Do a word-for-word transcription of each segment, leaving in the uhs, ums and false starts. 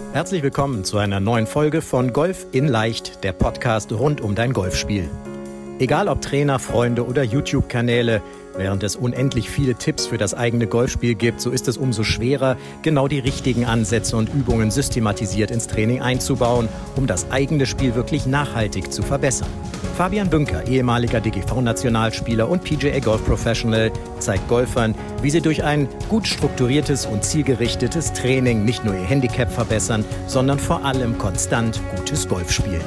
Herzlich willkommen zu einer neuen Folge von Golf in Leicht, der Podcast rund um dein Golfspiel. Egal ob Trainer, Freunde oder YouTube-Kanäle, während es unendlich viele Tipps für das eigene Golfspiel gibt, so ist es umso schwerer, genau die richtigen Ansätze und Übungen systematisiert ins Training einzubauen, um das eigene Spiel wirklich nachhaltig zu verbessern. Fabian Bünker, ehemaliger D G V-Nationalspieler und P G A Golf Professional, zeigt Golfern, wie sie durch ein gut strukturiertes und zielgerichtetes Training nicht nur ihr Handicap verbessern, sondern vor allem konstant gutes Golf spielen.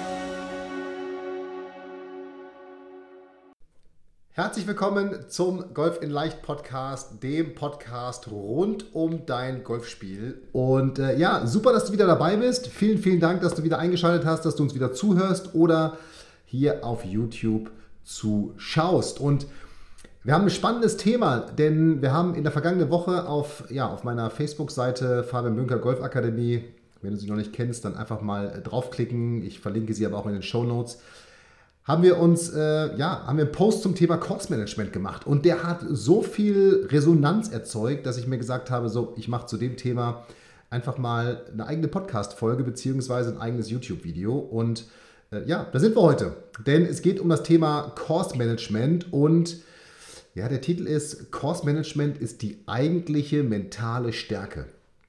Herzlich willkommen zum Golf in Leicht Podcast, dem Podcast rund um dein Golfspiel. Und äh, ja, super, dass du wieder dabei bist. Vielen, vielen Dank, dass du wieder eingeschaltet hast, dass du uns wieder zuhörst oder hier auf YouTube zuschaust. Und wir haben ein spannendes Thema, denn wir haben in der vergangenen Woche auf, ja, auf meiner Facebook-Seite Fabian Bünker Golf Akademie, wenn du sie noch nicht kennst, dann einfach mal draufklicken. Ich verlinke sie aber auch in den Shownotes. haben wir uns, äh, ja, haben wir einen Post zum Thema Course Management gemacht und der hat so viel Resonanz erzeugt, dass ich mir gesagt habe, so, ich mache zu dem Thema einfach mal eine eigene Podcast-Folge beziehungsweise ein eigenes YouTube-Video und äh, ja, da sind wir heute, denn es geht um das Thema Course Management und ja, der Titel ist Course Management ist die eigentliche mentale Stärke.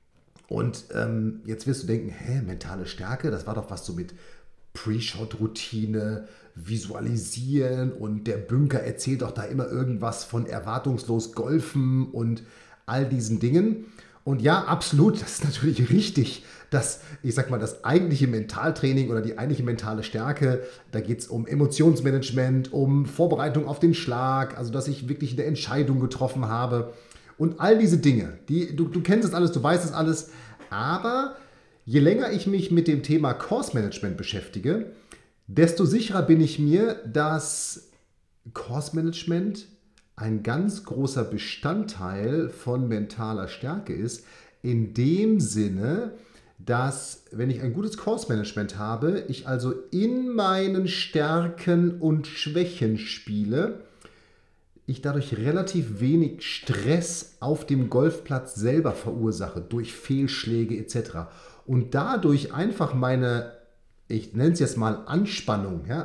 Und ähm, jetzt wirst du denken, hä, mentale Stärke, das war doch was so mit Pre-Shot-Routine, Visualisieren und der Bünker erzählt doch da immer irgendwas von erwartungslos Golfen und all diesen Dingen. Und ja, absolut, das ist natürlich richtig, dass, ich sag mal, das eigentliche Mentaltraining oder die eigentliche mentale Stärke, da geht es um Emotionsmanagement, um Vorbereitung auf den Schlag, also dass ich wirklich eine Entscheidung getroffen habe und all diese Dinge, die, du, du kennst das alles, du weißt es alles, aber je länger ich mich mit dem Thema Course Management beschäftige, desto sicherer bin ich mir, dass Course Management ein ganz großer Bestandteil von mentaler Stärke ist, in dem Sinne, dass, wenn ich ein gutes Course Management habe, ich also in meinen Stärken und Schwächen spiele, ich dadurch relativ wenig Stress auf dem Golfplatz selber verursache, durch Fehlschläge et cetera. Und dadurch einfach meine, ich nenne es jetzt mal Anspannung, ja,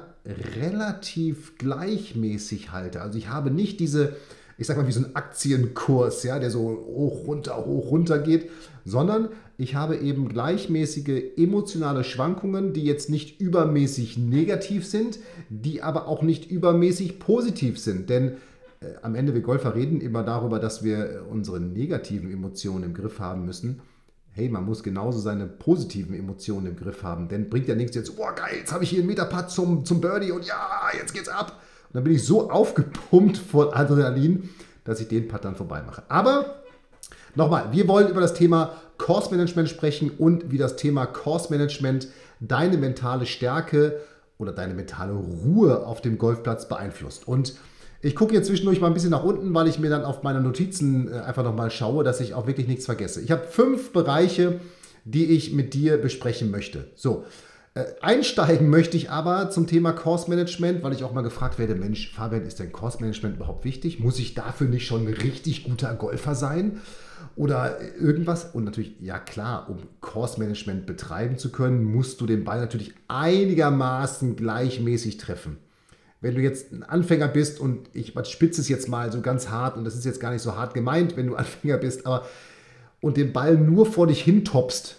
relativ gleichmäßig halte. Also ich habe nicht diese, ich sag mal wie so ein Aktienkurs, ja, der so hoch, runter, hoch, runter geht, sondern ich habe eben gleichmäßige emotionale Schwankungen, die jetzt nicht übermäßig negativ sind, die aber auch nicht übermäßig positiv sind. Denn äh, am Ende, wir Golfer reden immer darüber, dass wir unsere negativen Emotionen im Griff haben müssen. Hey, man muss genauso seine positiven Emotionen im Griff haben, denn bringt ja nichts jetzt, oh geil, jetzt habe ich hier einen Meterputt zum, zum Birdie und ja, jetzt geht's ab. Und dann bin ich so aufgepumpt von Adrenalin, dass ich den Putt dann vorbei mache. Aber nochmal, wir wollen über das Thema Course Management sprechen und wie das Thema Course Management deine mentale Stärke oder deine mentale Ruhe auf dem Golfplatz beeinflusst. Und ich gucke jetzt zwischendurch mal ein bisschen nach unten, weil ich mir dann auf meine Notizen einfach nochmal schaue, dass ich auch wirklich nichts vergesse. Ich habe fünf Bereiche, die ich mit dir besprechen möchte. So, äh, einsteigen möchte ich aber zum Thema Course Management, weil ich auch mal gefragt werde, Mensch, Fabian, ist denn Course Management überhaupt wichtig? Muss ich dafür nicht schon ein richtig guter Golfer sein? Oder irgendwas? Und natürlich, ja klar, um Course Management betreiben zu können, musst du den Ball natürlich einigermaßen gleichmäßig treffen. Wenn du jetzt ein Anfänger bist und ich spitze es jetzt mal so ganz hart und das ist jetzt gar nicht so hart gemeint, wenn du Anfänger bist, aber und den Ball nur vor dich hintopst,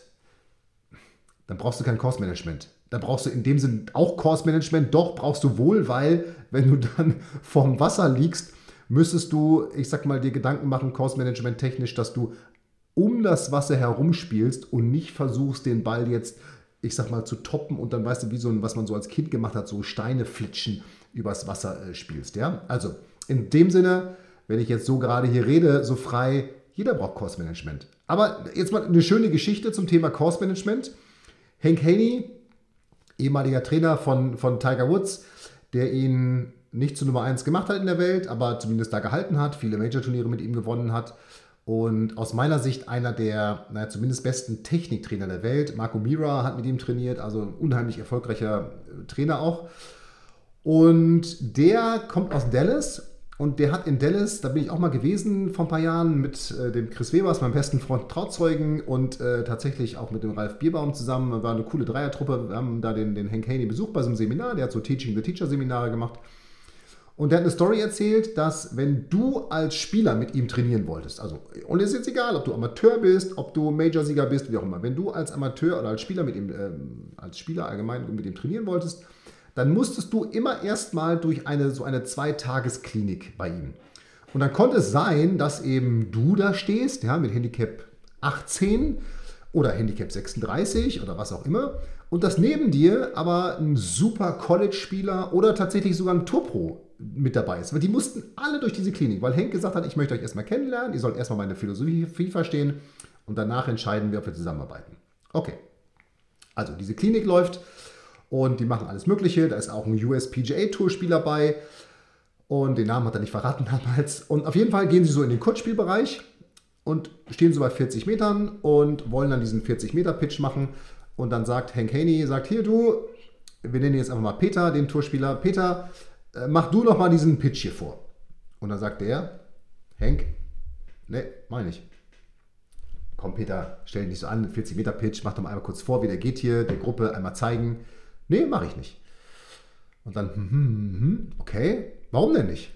dann brauchst du kein Course Management. Da brauchst du in dem Sinn auch Course Management, doch brauchst du wohl, weil wenn du dann vorm Wasser liegst, müsstest du, ich sag mal, dir Gedanken machen, Course Management technisch, dass du um das Wasser herum spielst und nicht versuchst, den Ball jetzt, ich sag mal, zu toppen und dann weißt du, wie so ein, was man so als Kind gemacht hat, so Steine flitschen übers Wasser äh, spielst. Ja? Also in dem Sinne, wenn ich jetzt so gerade hier rede, so frei, jeder braucht Course Management. Aber jetzt mal eine schöne Geschichte zum Thema Course Management. Hank Haney, ehemaliger Trainer von, von Tiger Woods, der ihn nicht zu Nummer eins gemacht hat in der Welt, aber zumindest da gehalten hat, viele Major-Turniere mit ihm gewonnen hat. Und aus meiner Sicht einer der, naja, zumindest besten Techniktrainer der Welt. Marco Mira hat mit ihm trainiert, also ein unheimlich erfolgreicher Trainer auch. Und der kommt aus Dallas Und der hat in Dallas, da bin ich auch mal gewesen vor ein paar Jahren mit äh, dem Chris Webers, meinem besten Freund Trauzeugen und äh, tatsächlich auch mit dem Ralf Bierbaum zusammen. War eine coole Dreiertruppe. Wir haben da den, den Hank Haney besucht bei so einem Seminar. Der hat so Teaching the Teacher Seminare gemacht. Und der hat eine Story erzählt, dass wenn du als Spieler mit ihm trainieren wolltest, also, und es ist jetzt egal, ob du Amateur bist, ob du Majorsieger bist, wie auch immer, wenn du als Amateur oder als Spieler mit ihm, ähm, als Spieler allgemein mit ihm trainieren wolltest, dann musstest du immer erstmal durch eine so eine Zweitagesklinik bei ihm. Und dann konnte es sein, dass eben du da stehst, ja, mit Handicap achtzehn oder Handicap sechsunddreißig oder was auch immer, und dass neben dir aber ein super College-Spieler oder tatsächlich sogar ein Tourpro mit dabei ist. Weil die mussten alle durch diese Klinik, weil Henk gesagt hat, ich möchte euch erstmal kennenlernen, ihr sollt erstmal meine Philosophie verstehen und danach entscheiden wir, ob wir zusammenarbeiten. Okay, also diese Klinik läuft. Und die machen alles Mögliche. Da ist auch ein U S P G A-Tour-Spieler bei. Und den Namen hat er nicht verraten damals. Und auf jeden Fall gehen sie so in den Kurzspielbereich und stehen so bei vierzig Metern und wollen dann diesen vierzig-Meter-Pitch machen. Und dann sagt Hank Haney, sagt, hier du, wir nennen jetzt einfach mal Peter, den Tourspieler. Peter, mach du noch mal diesen Pitch hier vor. Und dann sagt der, Hank, ne, mach ich nicht. Komm Peter, stell dich nicht so an, vierzig-Meter-Pitch, mach doch mal einmal kurz vor, wie der geht hier, der Gruppe einmal zeigen. Nee, mache ich nicht. Und dann, hm, hm, hm, okay, warum denn nicht?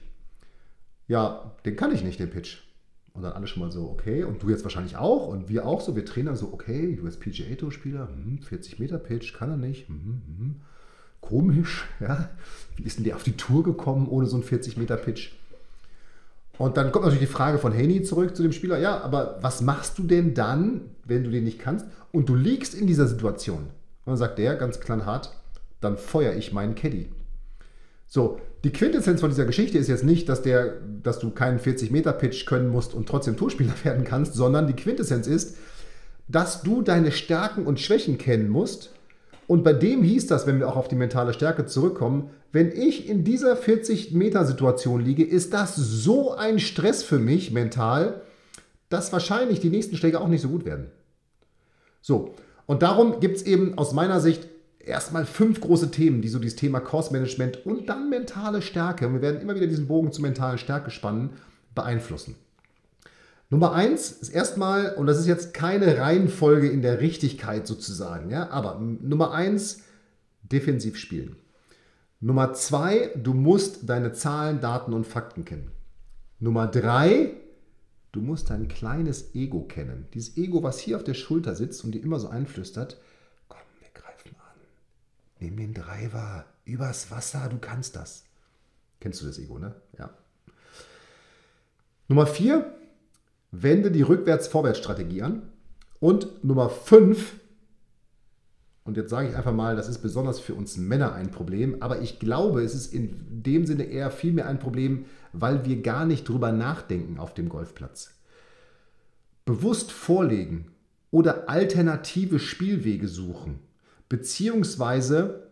Ja, den kann ich nicht, den Pitch. Und dann alle schon mal so, okay, und du jetzt wahrscheinlich auch und wir auch so, wir Trainer so, okay, U S P G A-Tour-Spieler, hm, vierzig-Meter-Pitch, kann er nicht, hm, hm, hm. Komisch, ja, wie ist denn der auf die Tour gekommen ohne so einen vierzig-Meter-Pitch? Und dann kommt natürlich die Frage von Haney zurück zu dem Spieler, ja, aber was machst du denn dann, wenn du den nicht kannst und du liegst in dieser Situation? Und dann sagt der ganz knallhart, dann feuere ich meinen Caddy. So, die Quintessenz von dieser Geschichte ist jetzt nicht, dass, der, dass du keinen vierzig-Meter-Pitch können musst und trotzdem Tourspieler werden kannst, sondern die Quintessenz ist, dass du deine Stärken und Schwächen kennen musst. Und bei dem hieß das, wenn wir auch auf die mentale Stärke zurückkommen, wenn ich in dieser vierzig-Meter-Situation liege, ist das so ein Stress für mich mental, dass wahrscheinlich die nächsten Schläge auch nicht so gut werden. So, und darum gibt es eben aus meiner Sicht erstmal fünf große Themen, die so dieses Thema Course Management und dann mentale Stärke, und wir werden immer wieder diesen Bogen zur mentalen Stärke spannen, beeinflussen. Nummer eins ist erstmal, und das ist jetzt keine Reihenfolge in der Richtigkeit sozusagen, ja, aber Nummer eins, defensiv spielen. Nummer zwei, du musst deine Zahlen, Daten und Fakten kennen. Nummer drei, du musst dein kleines Ego kennen. Dieses Ego, was hier auf der Schulter sitzt und dir immer so einflüstert, komm, wir greifen an. Nimm den Driver, übers Wasser, du kannst das. Kennst du das Ego, ne? Ja. Nummer vier, wende die Rückwärts-Vorwärts-Strategie an. Und Nummer fünf, und jetzt sage ich einfach mal, das ist besonders für uns Männer ein Problem, aber ich glaube, es ist in dem Sinne eher vielmehr ein Problem, weil wir gar nicht drüber nachdenken auf dem Golfplatz. Bewusst vorlegen oder alternative Spielwege suchen, beziehungsweise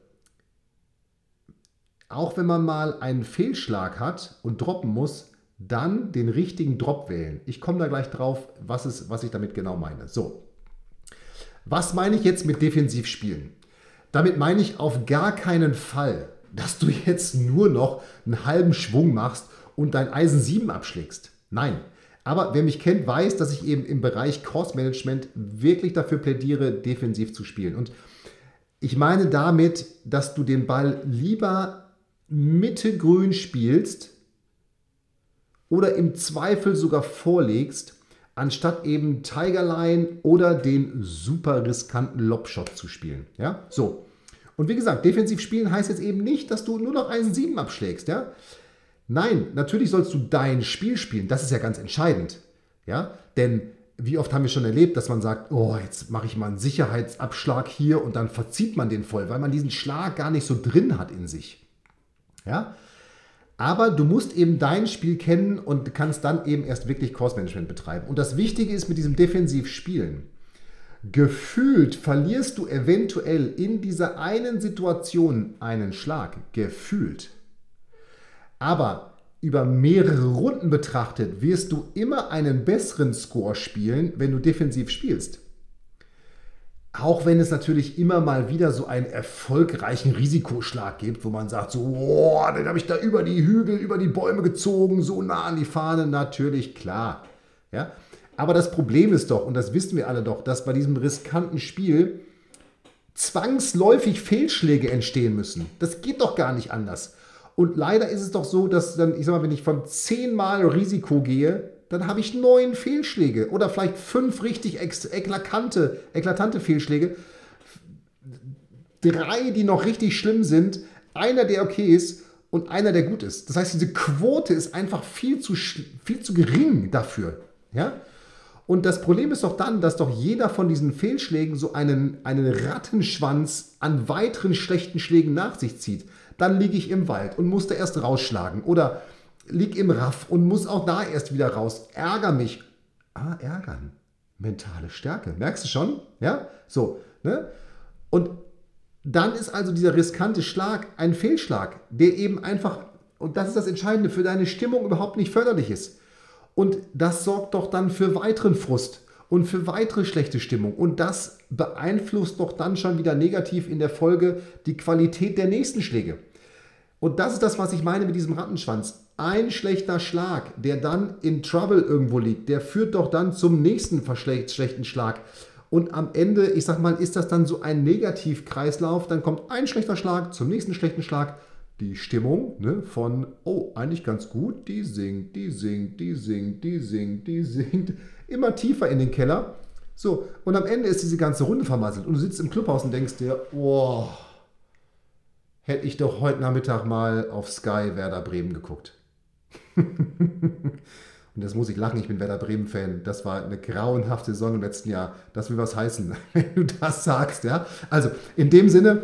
auch wenn man mal einen Fehlschlag hat und droppen muss, dann den richtigen Drop wählen. Ich komme da gleich drauf, was, ist, was ich damit genau meine. So, was meine ich jetzt mit defensiv spielen? Damit meine ich auf gar keinen Fall, dass du jetzt nur noch einen halben Schwung machst und dein Eisen sieben abschlägst. Nein, aber wer mich kennt, weiß, dass ich eben im Bereich Course Management wirklich dafür plädiere, defensiv zu spielen. Und ich meine damit, dass du den Ball lieber Mitte grün spielst oder im Zweifel sogar vorlegst, anstatt eben Tigerline oder den super riskanten Lobshot zu spielen. Ja, so. Und wie gesagt, defensiv spielen heißt jetzt eben nicht, dass du nur noch Eisen sieben abschlägst. Ja? Nein, natürlich sollst du dein Spiel spielen. Das ist ja ganz entscheidend. Ja? Denn wie oft haben wir schon erlebt, dass man sagt, oh, jetzt mache ich mal einen Sicherheitsabschlag hier und dann verzieht man den voll, weil man diesen Schlag gar nicht so drin hat in sich. Ja? Aber du musst eben dein Spiel kennen und kannst dann eben erst wirklich Course Management betreiben. Und das Wichtige ist mit diesem Defensivspielen, gefühlt verlierst du eventuell in dieser einen Situation einen Schlag. Gefühlt. Aber über mehrere Runden betrachtet wirst du immer einen besseren Score spielen, wenn du defensiv spielst. Auch wenn es natürlich immer mal wieder so einen erfolgreichen Risikoschlag gibt, wo man sagt, so, boah, den habe ich da über die Hügel, über die Bäume gezogen, so nah an die Fahne, natürlich, klar. Ja? Aber das Problem ist doch, und das wissen wir alle doch, dass bei diesem riskanten Spiel zwangsläufig Fehlschläge entstehen müssen. Das geht doch gar nicht anders. Und leider ist es doch so, dass dann, ich sag mal, wenn ich von zehnmal Risiko gehe, dann habe ich neun Fehlschläge oder vielleicht fünf richtig eklatante, eklatante Fehlschläge. Drei, die noch richtig schlimm sind, einer, der okay ist und einer, der gut ist. Das heißt, diese Quote ist einfach viel zu, viel zu gering dafür. Ja? Und das Problem ist doch dann, dass doch jeder von diesen Fehlschlägen so einen, einen Rattenschwanz an weiteren schlechten Schlägen nach sich zieht. Dann liege ich im Wald und muss da erst rausschlagen oder lieg im Raff und muss auch da erst wieder raus. Ärger mich. Ah, ärgern. Mentale Stärke. Merkst du schon? Ja? So. Ne? Und dann ist also dieser riskante Schlag ein Fehlschlag, der eben einfach, und das ist das Entscheidende, für deine Stimmung überhaupt nicht förderlich ist. Und das sorgt doch dann für weiteren Frust und für weitere schlechte Stimmung. Und das beeinflusst doch dann schon wieder negativ in der Folge die Qualität der nächsten Schläge. Und das ist das, was ich meine mit diesem Rattenschwanz. Ein schlechter Schlag, der dann in Trouble irgendwo liegt, der führt doch dann zum nächsten schlechten Schlag. Und am Ende, ich sag mal, ist das dann so ein Negativkreislauf. Dann kommt ein schlechter Schlag zum nächsten schlechten Schlag. Die Stimmung, ne, von, oh, eigentlich ganz gut, die sinkt, die sinkt, die sinkt, die sinkt, die sinkt, immer tiefer in den Keller. So, und am Ende ist diese ganze Runde vermasselt. Und du sitzt im Clubhaus und denkst dir, oh, hätte ich doch heute Nachmittag mal auf Sky Werder Bremen geguckt. Und das muss ich lachen, ich bin Werder Bremen-Fan. Das war eine grauenhafte Saison im letzten Jahr. Das will was heißen, wenn du das sagst. Ja? Also in dem Sinne,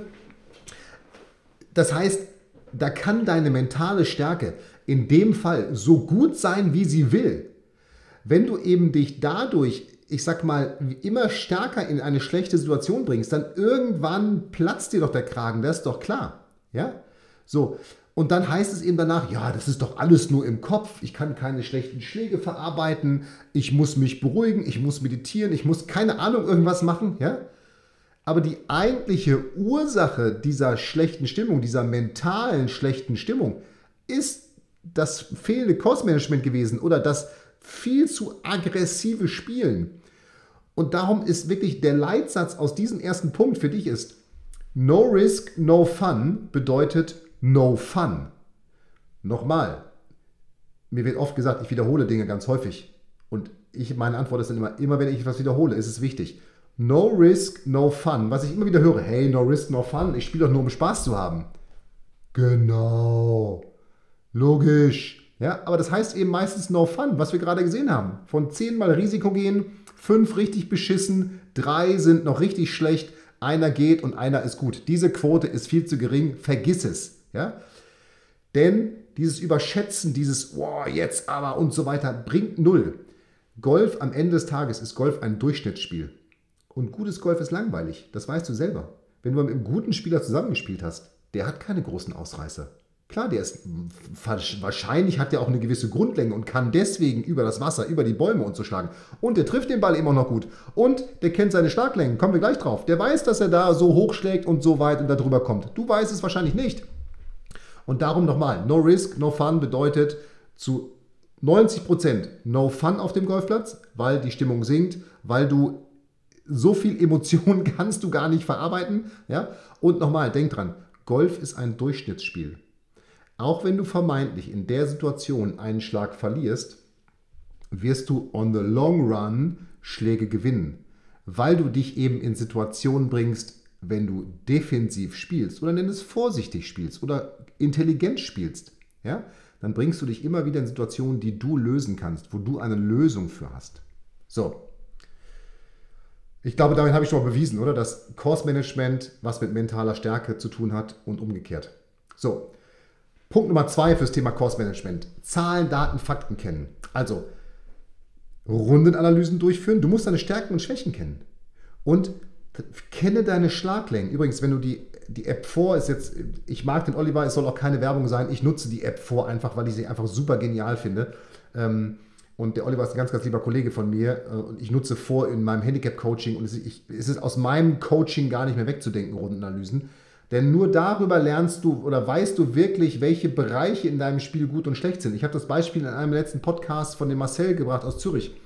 das heißt, da kann deine mentale Stärke in dem Fall so gut sein, wie sie will. Wenn du eben dich dadurch, ich sag mal, immer stärker in eine schlechte Situation bringst, dann irgendwann platzt dir doch der Kragen, das ist doch klar. Ja? So. Und dann heißt es eben danach, ja, das ist doch alles nur im Kopf, ich kann keine schlechten Schläge verarbeiten, ich muss mich beruhigen, ich muss meditieren, ich muss keine Ahnung irgendwas machen, ja? Aber die eigentliche Ursache dieser schlechten Stimmung, dieser mentalen schlechten Stimmung, ist das fehlende Kursmanagement gewesen oder das viel zu aggressive Spielen. Und darum ist wirklich der Leitsatz aus diesem ersten Punkt für dich ist, no risk, no fun bedeutet no fun. Nochmal, mir wird oft gesagt, ich wiederhole Dinge ganz häufig. Und ich, meine Antwort ist dann immer, immer wenn ich etwas wiederhole, ist es wichtig. No risk, no fun. Was ich immer wieder höre, hey, no risk, no fun, ich spiele doch nur, um Spaß zu haben. Genau. Logisch. Ja, aber das heißt eben meistens no fun, was wir gerade gesehen haben. Von zehnmal Risiko gehen, fünf richtig beschissen, drei sind noch richtig schlecht, einer geht und einer ist gut. Diese Quote ist viel zu gering, vergiss es. Ja? Denn dieses Überschätzen, dieses wow, jetzt aber und so weiter, bringt null. Golf am Ende des Tages ist Golf ein Durchschnittsspiel. Und gutes Golf ist langweilig, das weißt du selber. Wenn du mit einem guten Spieler zusammengespielt hast, der hat keine großen Ausreißer. Klar, der ist wahrscheinlich hat der auch eine gewisse Grundlänge und kann deswegen über das Wasser, über die Bäume und so schlagen. Und der trifft den Ball immer noch gut. Und der kennt seine Schlaglängen, kommen wir gleich drauf. Der weiß, dass er da so hoch schlägt und so weit und da drüber kommt. Du weißt es wahrscheinlich nicht. Und darum nochmal, no risk, no fun bedeutet zu neunzig Prozent no fun auf dem Golfplatz, weil die Stimmung sinkt, weil du so viel Emotionen kannst du gar nicht verarbeiten. Ja? Und nochmal, denk dran, Golf ist ein Durchschnittsspiel. Auch wenn du vermeintlich in der Situation einen Schlag verlierst, wirst du on the long run Schläge gewinnen, weil du dich eben in Situationen bringst, wenn du defensiv spielst oder nenn es vorsichtig spielst oder intelligent spielst, ja, dann bringst du dich immer wieder in Situationen, die du lösen kannst, wo du eine Lösung für hast. So. Ich glaube, damit habe ich schon mal bewiesen, oder? Dass Kursmanagement was mit mentaler Stärke zu tun hat und umgekehrt. So. Punkt Nummer zwei fürs Thema Kursmanagement. Zahlen, Daten, Fakten kennen. Also Rundenanalysen durchführen. Du musst deine Stärken und Schwächen kennen. Und kenne deine Schlaglängen. Übrigens, wenn du die, die App vor ist jetzt, ich mag den Oliver, es soll auch keine Werbung sein. Ich nutze die App vor einfach, weil ich sie einfach super genial finde. Ähm, Und der Oliver ist ein ganz, ganz lieber Kollege von mir und ich nutze vor in meinem Handicap-Coaching und es ist, ich, es ist aus meinem Coaching gar nicht mehr wegzudenken, Rundenanalysen. Denn nur darüber lernst du oder weißt du wirklich, welche Bereiche in deinem Spiel gut und schlecht sind. Ich habe das Beispiel in einem letzten Podcast von dem Marcel gebracht aus Zürich,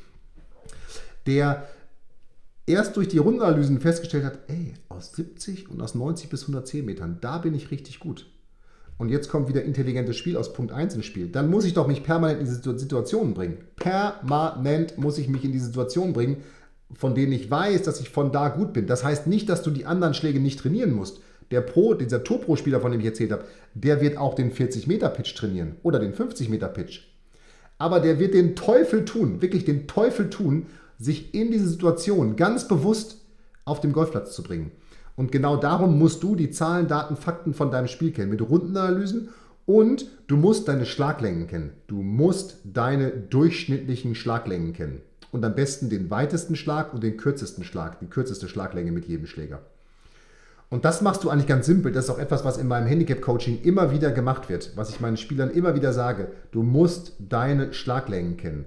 der erst durch die Rundenanalysen festgestellt hat, ey, aus siebzig und aus neunzig bis hundertzehn Metern, da bin ich richtig gut. Und jetzt kommt wieder intelligentes Spiel aus Punkt eins ins Spiel. Dann muss ich doch mich permanent in diese Situationen bringen. Permanent muss ich mich in die Situationen bringen, von denen ich weiß, dass ich von da gut bin. Das heißt nicht, dass du die anderen Schläge nicht trainieren musst. Der Pro, dieser Tour-Pro-Spieler, von dem ich erzählt habe, der wird auch den vierzig Meter Pitch trainieren oder den fünfzig Meter Pitch. Aber der wird den Teufel tun, wirklich den Teufel tun, sich in diese Situation ganz bewusst auf dem Golfplatz zu bringen. Und genau darum musst du die Zahlen, Daten, Fakten von deinem Spiel kennen, mit Rundenanalysen und du musst deine Schlaglängen kennen. Du musst deine durchschnittlichen Schlaglängen kennen. Und am besten den weitesten Schlag und den kürzesten Schlag, die kürzeste Schlaglänge mit jedem Schläger. Und das machst du eigentlich ganz simpel. Das ist auch etwas, was in meinem Handicap-Coaching immer wieder gemacht wird, was ich meinen Spielern immer wieder sage. Du musst deine Schlaglängen kennen.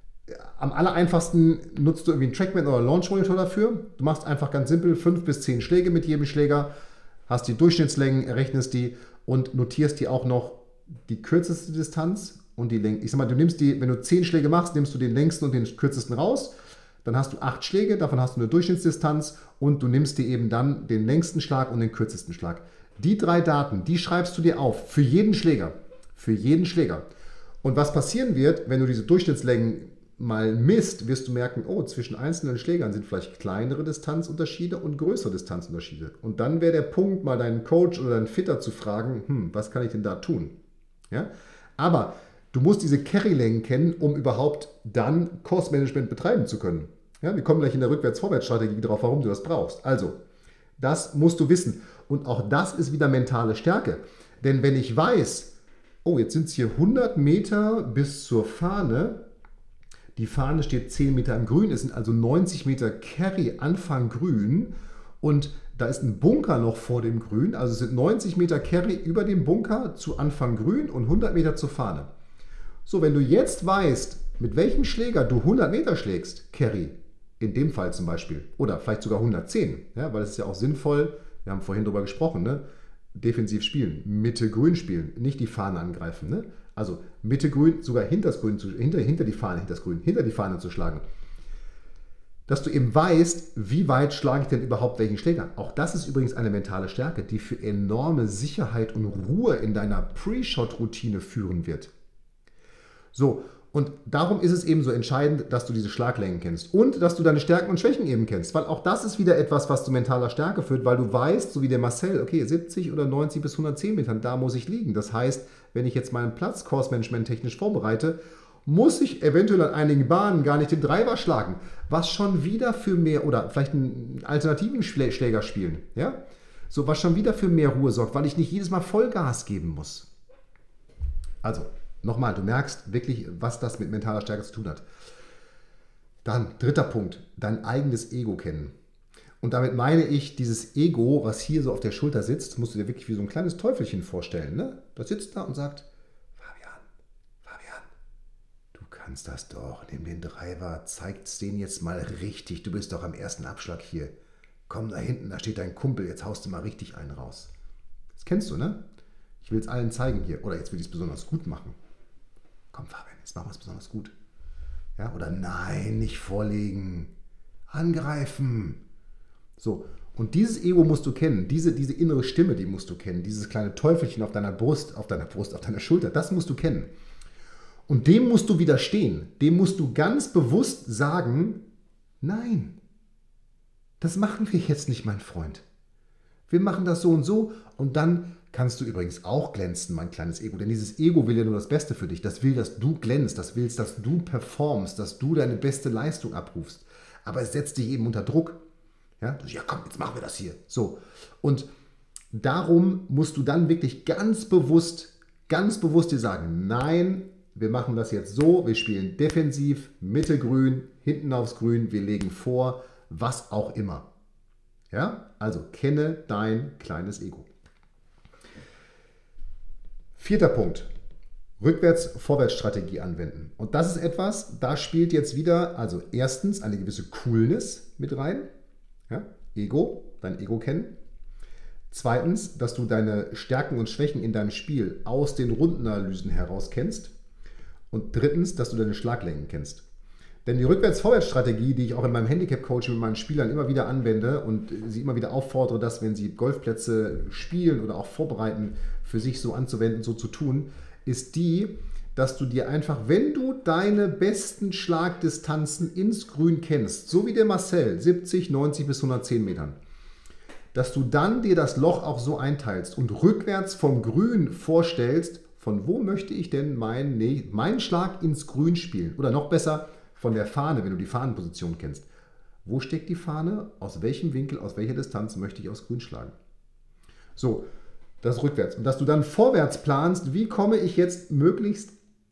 Am aller einfachsten nutzt du irgendwie einen Trackman oder einen Launch Monitor dafür. Du machst einfach ganz simpel fünf bis zehn Schläge mit jedem Schläger, hast die Durchschnittslängen, errechnest die und notierst dir auch noch die kürzeste Distanz und die Länge. Ich sag mal, du nimmst die, wenn du zehn Schläge machst, nimmst du den längsten und den kürzesten raus. Dann hast du acht Schläge, davon hast du eine Durchschnittsdistanz und du nimmst dir eben dann den längsten Schlag und den kürzesten Schlag. Die drei Daten, die schreibst du dir auf für jeden Schläger. Für jeden Schläger. Und was passieren wird, wenn du diese Durchschnittslängen mal misst, wirst du merken, oh, zwischen einzelnen Schlägern sind vielleicht kleinere Distanzunterschiede und größere Distanzunterschiede. Und dann wäre der Punkt, mal deinen Coach oder deinen Fitter zu fragen, hm, was kann ich denn da tun? Ja? Aber du musst diese Carry-Längen kennen, um überhaupt dann Kursmanagement betreiben zu können. Ja, wir kommen gleich in der Rückwärts-Vorwärts-Strategie drauf, warum du das brauchst. Also, das musst du wissen. Und auch das ist wieder mentale Stärke. Denn wenn ich weiß, oh, jetzt sind es hier hundert Meter bis zur Fahne, die Fahne steht zehn Meter im Grün, es sind also neunzig Meter Carry Anfang Grün und da ist ein Bunker noch vor dem Grün, also es sind neunzig Meter Carry über dem Bunker zu Anfang Grün und hundert Meter zur Fahne. So, wenn du jetzt weißt, mit welchem Schläger du hundert Meter schlägst, Carry, in dem Fall zum Beispiel, oder vielleicht sogar hundertzehn, ja, weil es ist ja auch sinnvoll, wir haben vorhin darüber gesprochen, ne? Defensiv spielen, Mitte Grün spielen, nicht die Fahne angreifen, ne? Also Mitte Grün, sogar hinter das Grün, hinter, hinter die Fahne, hinter das Grün, hinter die Fahne zu schlagen. Dass du eben weißt, wie weit schlage ich denn überhaupt welchen Schläger. Auch das ist übrigens eine mentale Stärke, die für enorme Sicherheit und Ruhe in deiner Pre-Shot-Routine führen wird. So, und darum ist es eben so entscheidend, dass du diese Schlaglängen kennst und dass du deine Stärken und Schwächen eben kennst, weil auch das ist wieder etwas, was zu mentaler Stärke führt, weil du weißt, so wie der Marcel, okay, siebzig oder neunzig bis hundertzehn Metern, da muss ich liegen. Das heißt, wenn ich jetzt meinen Platz Course-Management technisch vorbereite, muss ich eventuell an einigen Bahnen gar nicht den Driver schlagen, was schon wieder für mehr, oder vielleicht einen alternativen Schläger spielen, ja? So, was schon wieder für mehr Ruhe sorgt, weil ich nicht jedes Mal Vollgas geben muss. Also, nochmal, du merkst wirklich, was das mit mentaler Stärke zu tun hat. Dann, dritter Punkt, dein eigenes Ego kennen. Und damit meine ich, dieses Ego, was hier so auf der Schulter sitzt, musst du dir wirklich wie so ein kleines Teufelchen vorstellen. Ne? Das sitzt da und sagt, Fabian, Fabian, du kannst das doch, nimm den Driver, zeig's denen jetzt mal richtig, du bist doch am ersten Abschlag hier. Komm da hinten, da steht dein Kumpel, jetzt haust du mal richtig einen raus. Das kennst du, ne? Ich will es allen zeigen hier, oder jetzt will ich es besonders gut machen. Komm Fabian, jetzt machen wir es besonders gut. Ja, oder nein, nicht vorlegen, angreifen. So, und dieses Ego musst du kennen, diese, diese innere Stimme, die musst du kennen, dieses kleine Teufelchen auf deiner Brust, auf deiner Brust, auf deiner Schulter, das musst du kennen. Und dem musst du widerstehen, dem musst du ganz bewusst sagen, nein, das machen wir jetzt nicht, mein Freund. Wir machen das so und so und dann kannst du übrigens auch glänzen, mein kleines Ego, denn dieses Ego will ja nur das Beste für dich, das will, dass du glänzt, das will, dass du performst, dass du deine beste Leistung abrufst, aber es setzt dich eben unter Druck. Ja, ja, komm, jetzt machen wir das hier. So. Und darum musst du dann wirklich ganz bewusst, ganz bewusst dir sagen, nein, wir machen das jetzt so, wir spielen defensiv, Mitte grün, hinten aufs Grün, wir legen vor, was auch immer. Ja, also kenne dein kleines Ego. Vierter Punkt. Rückwärts-Vorwärts-Strategie anwenden. Und das ist etwas, da spielt jetzt wieder, also erstens eine gewisse Coolness mit rein, ja, Ego, dein Ego kennen. Zweitens, dass du deine Stärken und Schwächen in deinem Spiel aus den Rundenanalysen heraus kennst. Und drittens, dass du deine Schlaglängen kennst. Denn die Rückwärts-Vorwärts-Strategie, die ich auch in meinem Handicap-Coaching mit meinen Spielern immer wieder anwende und sie immer wieder auffordere, dass, wenn sie Golfplätze spielen oder auch vorbereiten, für sich so anzuwenden, so zu tun, ist die, dass du dir einfach, wenn du deine besten Schlagdistanzen ins Grün kennst, so wie der Marcel, siebzig, neunzig bis hundertzehn Metern, dass du dann dir das Loch auch so einteilst und rückwärts vom Grün vorstellst, von wo möchte ich denn meinen mein Schlag ins Grün spielen? Oder noch besser, von der Fahne, wenn du die Fahnenposition kennst. Wo steckt die Fahne? Aus welchem Winkel, aus welcher Distanz möchte ich aufs Grün schlagen? So, das ist rückwärts. Und dass du dann vorwärts planst, wie komme ich jetzt möglichst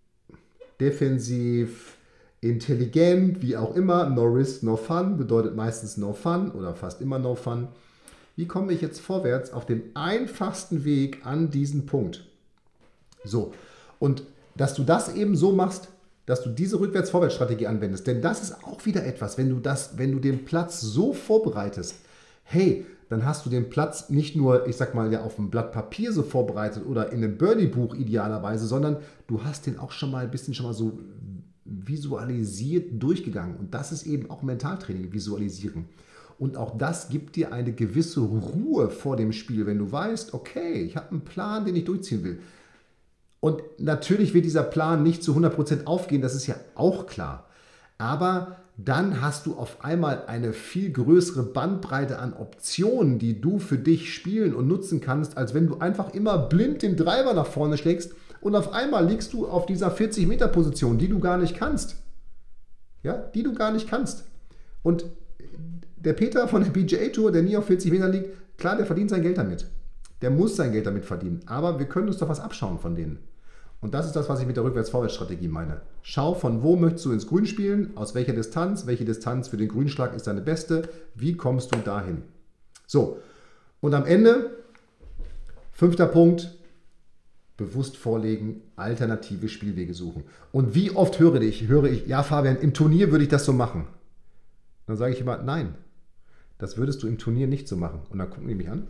defensiv, intelligent, wie auch immer, no risk, no fun, bedeutet meistens no fun oder fast immer no fun. Wie komme ich jetzt vorwärts auf dem einfachsten Weg an diesen Punkt? So, und dass du das eben so machst, dass du diese Rückwärts-Vorwärts-Strategie anwendest, denn das ist auch wieder etwas, wenn du das, wenn du den Platz so vorbereitest, hey, dann hast du den Platz nicht nur, ich sag mal, ja auf einem Blatt Papier so vorbereitet oder in einem Birdie-Buch idealerweise, sondern du hast den auch schon mal ein bisschen schon mal so visualisiert durchgegangen. Und das ist eben auch Mentaltraining, visualisieren. Und auch das gibt dir eine gewisse Ruhe vor dem Spiel, wenn du weißt, okay, ich habe einen Plan, den ich durchziehen will. Und natürlich wird dieser Plan nicht zu hundert Prozent aufgehen, das ist ja auch klar. Aber dann hast du auf einmal eine viel größere Bandbreite an Optionen, die du für dich spielen und nutzen kannst, als wenn du einfach immer blind den Driver nach vorne schlägst und auf einmal liegst du auf dieser vierzig Meter Position, die du gar nicht kannst. Ja, die du gar nicht kannst. Und der Peter von der P G A Tour, der nie auf vierzig Meter liegt, klar, der verdient sein Geld damit. Der muss sein Geld damit verdienen. Aber wir können uns doch was abschauen von denen. Und das ist das, was ich mit der Rückwärts-Vorwärts-Strategie meine. Schau, von wo möchtest du ins Grün spielen, aus welcher Distanz, welche Distanz für den Grünschlag ist deine beste, wie kommst du dahin? So, und am Ende, fünfter Punkt, bewusst vorlegen, alternative Spielwege suchen. Und wie oft höre ich, höre ich, ja Fabian, im Turnier würde ich das so machen. Dann sage ich immer, nein, das würdest du im Turnier nicht so machen. Und dann gucken die mich an.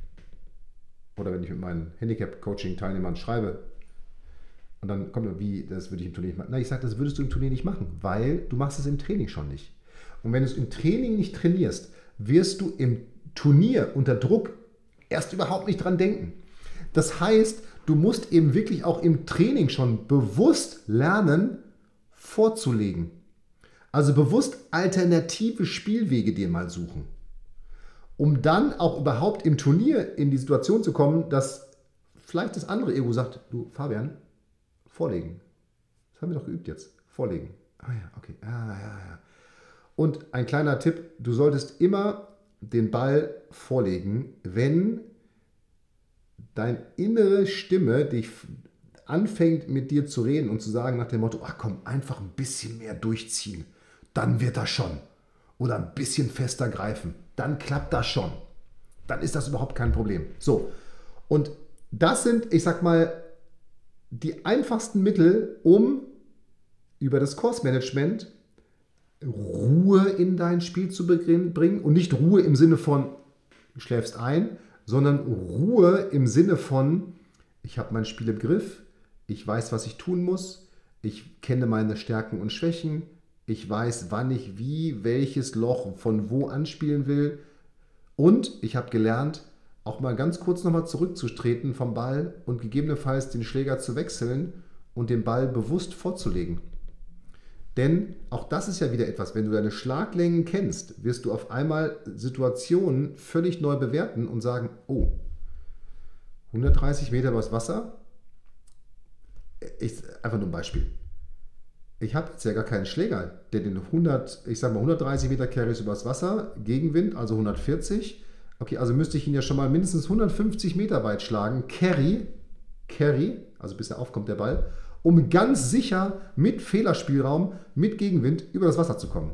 Oder wenn ich mit meinen Handicap-Coaching-Teilnehmern schreibe, und dann kommt, wie, das würde ich im Turnier nicht machen. Na, ich sage, das würdest du im Turnier nicht machen, weil du machst es im Training schon nicht. Und wenn du es im Training nicht trainierst, wirst du im Turnier unter Druck erst überhaupt nicht dran denken. Das heißt, du musst eben wirklich auch im Training schon bewusst lernen, vorzulegen. Also bewusst alternative Spielwege dir mal suchen. Um dann auch überhaupt im Turnier in die Situation zu kommen, dass vielleicht das andere Ego sagt, du Fabian, vorlegen. Das haben wir doch geübt jetzt. Vorlegen. Ah ja, okay. Ah, ja, ja. Und ein kleiner Tipp, du solltest immer den Ball vorlegen, wenn deine innere Stimme dich anfängt mit dir zu reden und zu sagen nach dem Motto, ach komm, einfach ein bisschen mehr durchziehen, dann wird das schon. Oder ein bisschen fester greifen, dann klappt das schon. Dann ist das überhaupt kein Problem. So, und das sind, ich sag mal, die einfachsten Mittel, um über das Kursmanagement Ruhe in dein Spiel zu bringen. Und nicht Ruhe im Sinne von, du schläfst ein, sondern Ruhe im Sinne von, ich habe mein Spiel im Griff, ich weiß, was ich tun muss, ich kenne meine Stärken und Schwächen, ich weiß, wann ich wie, welches Loch von wo anspielen will. Und ich habe gelernt, auch mal ganz kurz nochmal zurückzutreten vom Ball und gegebenenfalls den Schläger zu wechseln und den Ball bewusst vorzulegen. Denn auch das ist ja wieder etwas, wenn du deine Schlaglängen kennst, wirst du auf einmal Situationen völlig neu bewerten und sagen, oh, hundertdreißig Meter übers Wasser, ich, einfach nur ein Beispiel. Ich habe jetzt ja gar keinen Schläger, der den hundert, ich sag mal hundertdreißig Meter Carries übers Wasser, Gegenwind, also hundertvierzig. Okay, also müsste ich ihn ja schon mal mindestens hundertfünfzig Meter weit schlagen. Carry, Carry, also bis er aufkommt der Ball, um ganz sicher mit Fehlerspielraum, mit Gegenwind über das Wasser zu kommen.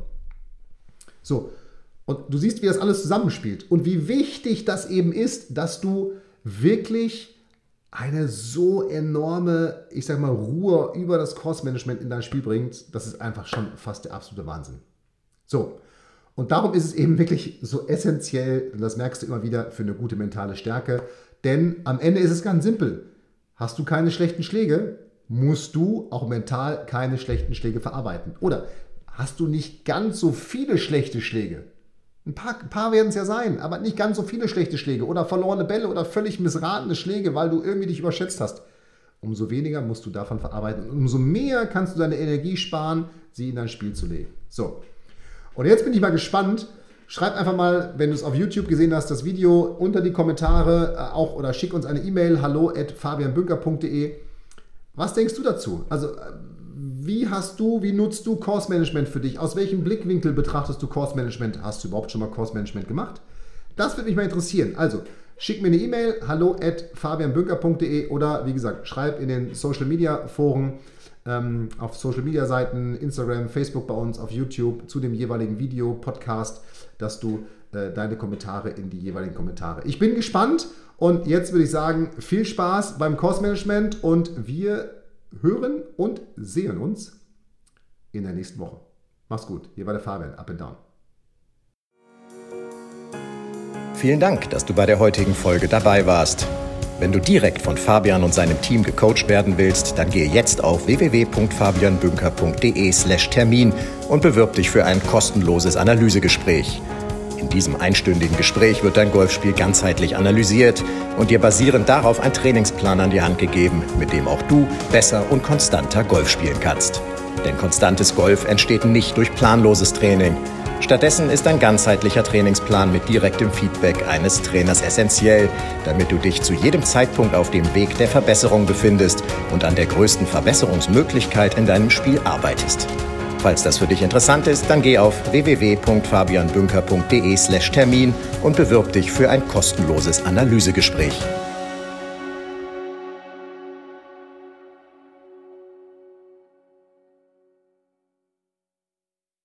So, und du siehst, wie das alles zusammenspielt und wie wichtig das eben ist, dass du wirklich eine so enorme, ich sag mal, Ruhe über das Course-Management in dein Spiel bringt, das ist einfach schon fast der absolute Wahnsinn. So, und darum ist es eben wirklich so essentiell, und das merkst du immer wieder, für eine gute mentale Stärke, denn am Ende ist es ganz simpel. Hast du keine schlechten Schläge, musst du auch mental keine schlechten Schläge verarbeiten. Oder hast du nicht ganz so viele schlechte Schläge? Ein paar, ein paar werden es ja sein, aber nicht ganz so viele schlechte Schläge oder verlorene Bälle oder völlig missratene Schläge, weil du irgendwie dich überschätzt hast. Umso weniger musst du davon verarbeiten und umso mehr kannst du deine Energie sparen, sie in dein Spiel zu legen. So, und jetzt bin ich mal gespannt. Schreib einfach mal, wenn du es auf YouTube gesehen hast, das Video unter die Kommentare äh, auch oder schick uns eine E-Mail, hallo at fabian bünker punkt de. Was denkst du dazu? Also, äh, Wie hast du, wie nutzt du Course Management für dich? Aus welchem Blickwinkel betrachtest du Course Management? Hast du überhaupt schon mal Course Management gemacht? Das würde mich mal interessieren. Also, schick mir eine E-Mail, hallo at fabian bünker punkt de oder wie gesagt, schreib in den Social Media Foren, ähm, auf Social Media Seiten, Instagram, Facebook bei uns, auf YouTube zu dem jeweiligen Video, Podcast, dass du äh, deine Kommentare in die jeweiligen Kommentare. Ich bin gespannt und jetzt würde ich sagen, viel Spaß beim Course Management und wir hören und sehen uns in der nächsten Woche. Mach's gut. Hier war der Fabian. Up and down. Vielen Dank, dass du bei der heutigen Folge dabei warst. Wenn du direkt von Fabian und seinem Team gecoacht werden willst, dann gehe jetzt auf w w w punkt fabian bünker punkt de slash Termin und bewirb dich für ein kostenloses Analysegespräch. In diesem einstündigen Gespräch wird dein Golfspiel ganzheitlich analysiert und dir basierend darauf ein Trainingsplan an die Hand gegeben, mit dem auch du besser und konstanter Golf spielen kannst. Denn konstantes Golf entsteht nicht durch planloses Training. Stattdessen ist ein ganzheitlicher Trainingsplan mit direktem Feedback eines Trainers essentiell, damit du dich zu jedem Zeitpunkt auf dem Weg der Verbesserung befindest und an der größten Verbesserungsmöglichkeit in deinem Spiel arbeitest. Falls das für dich interessant ist, dann geh auf w w w punkt fabian bünker punkt de slash Termin und bewirb dich für ein kostenloses Analysegespräch.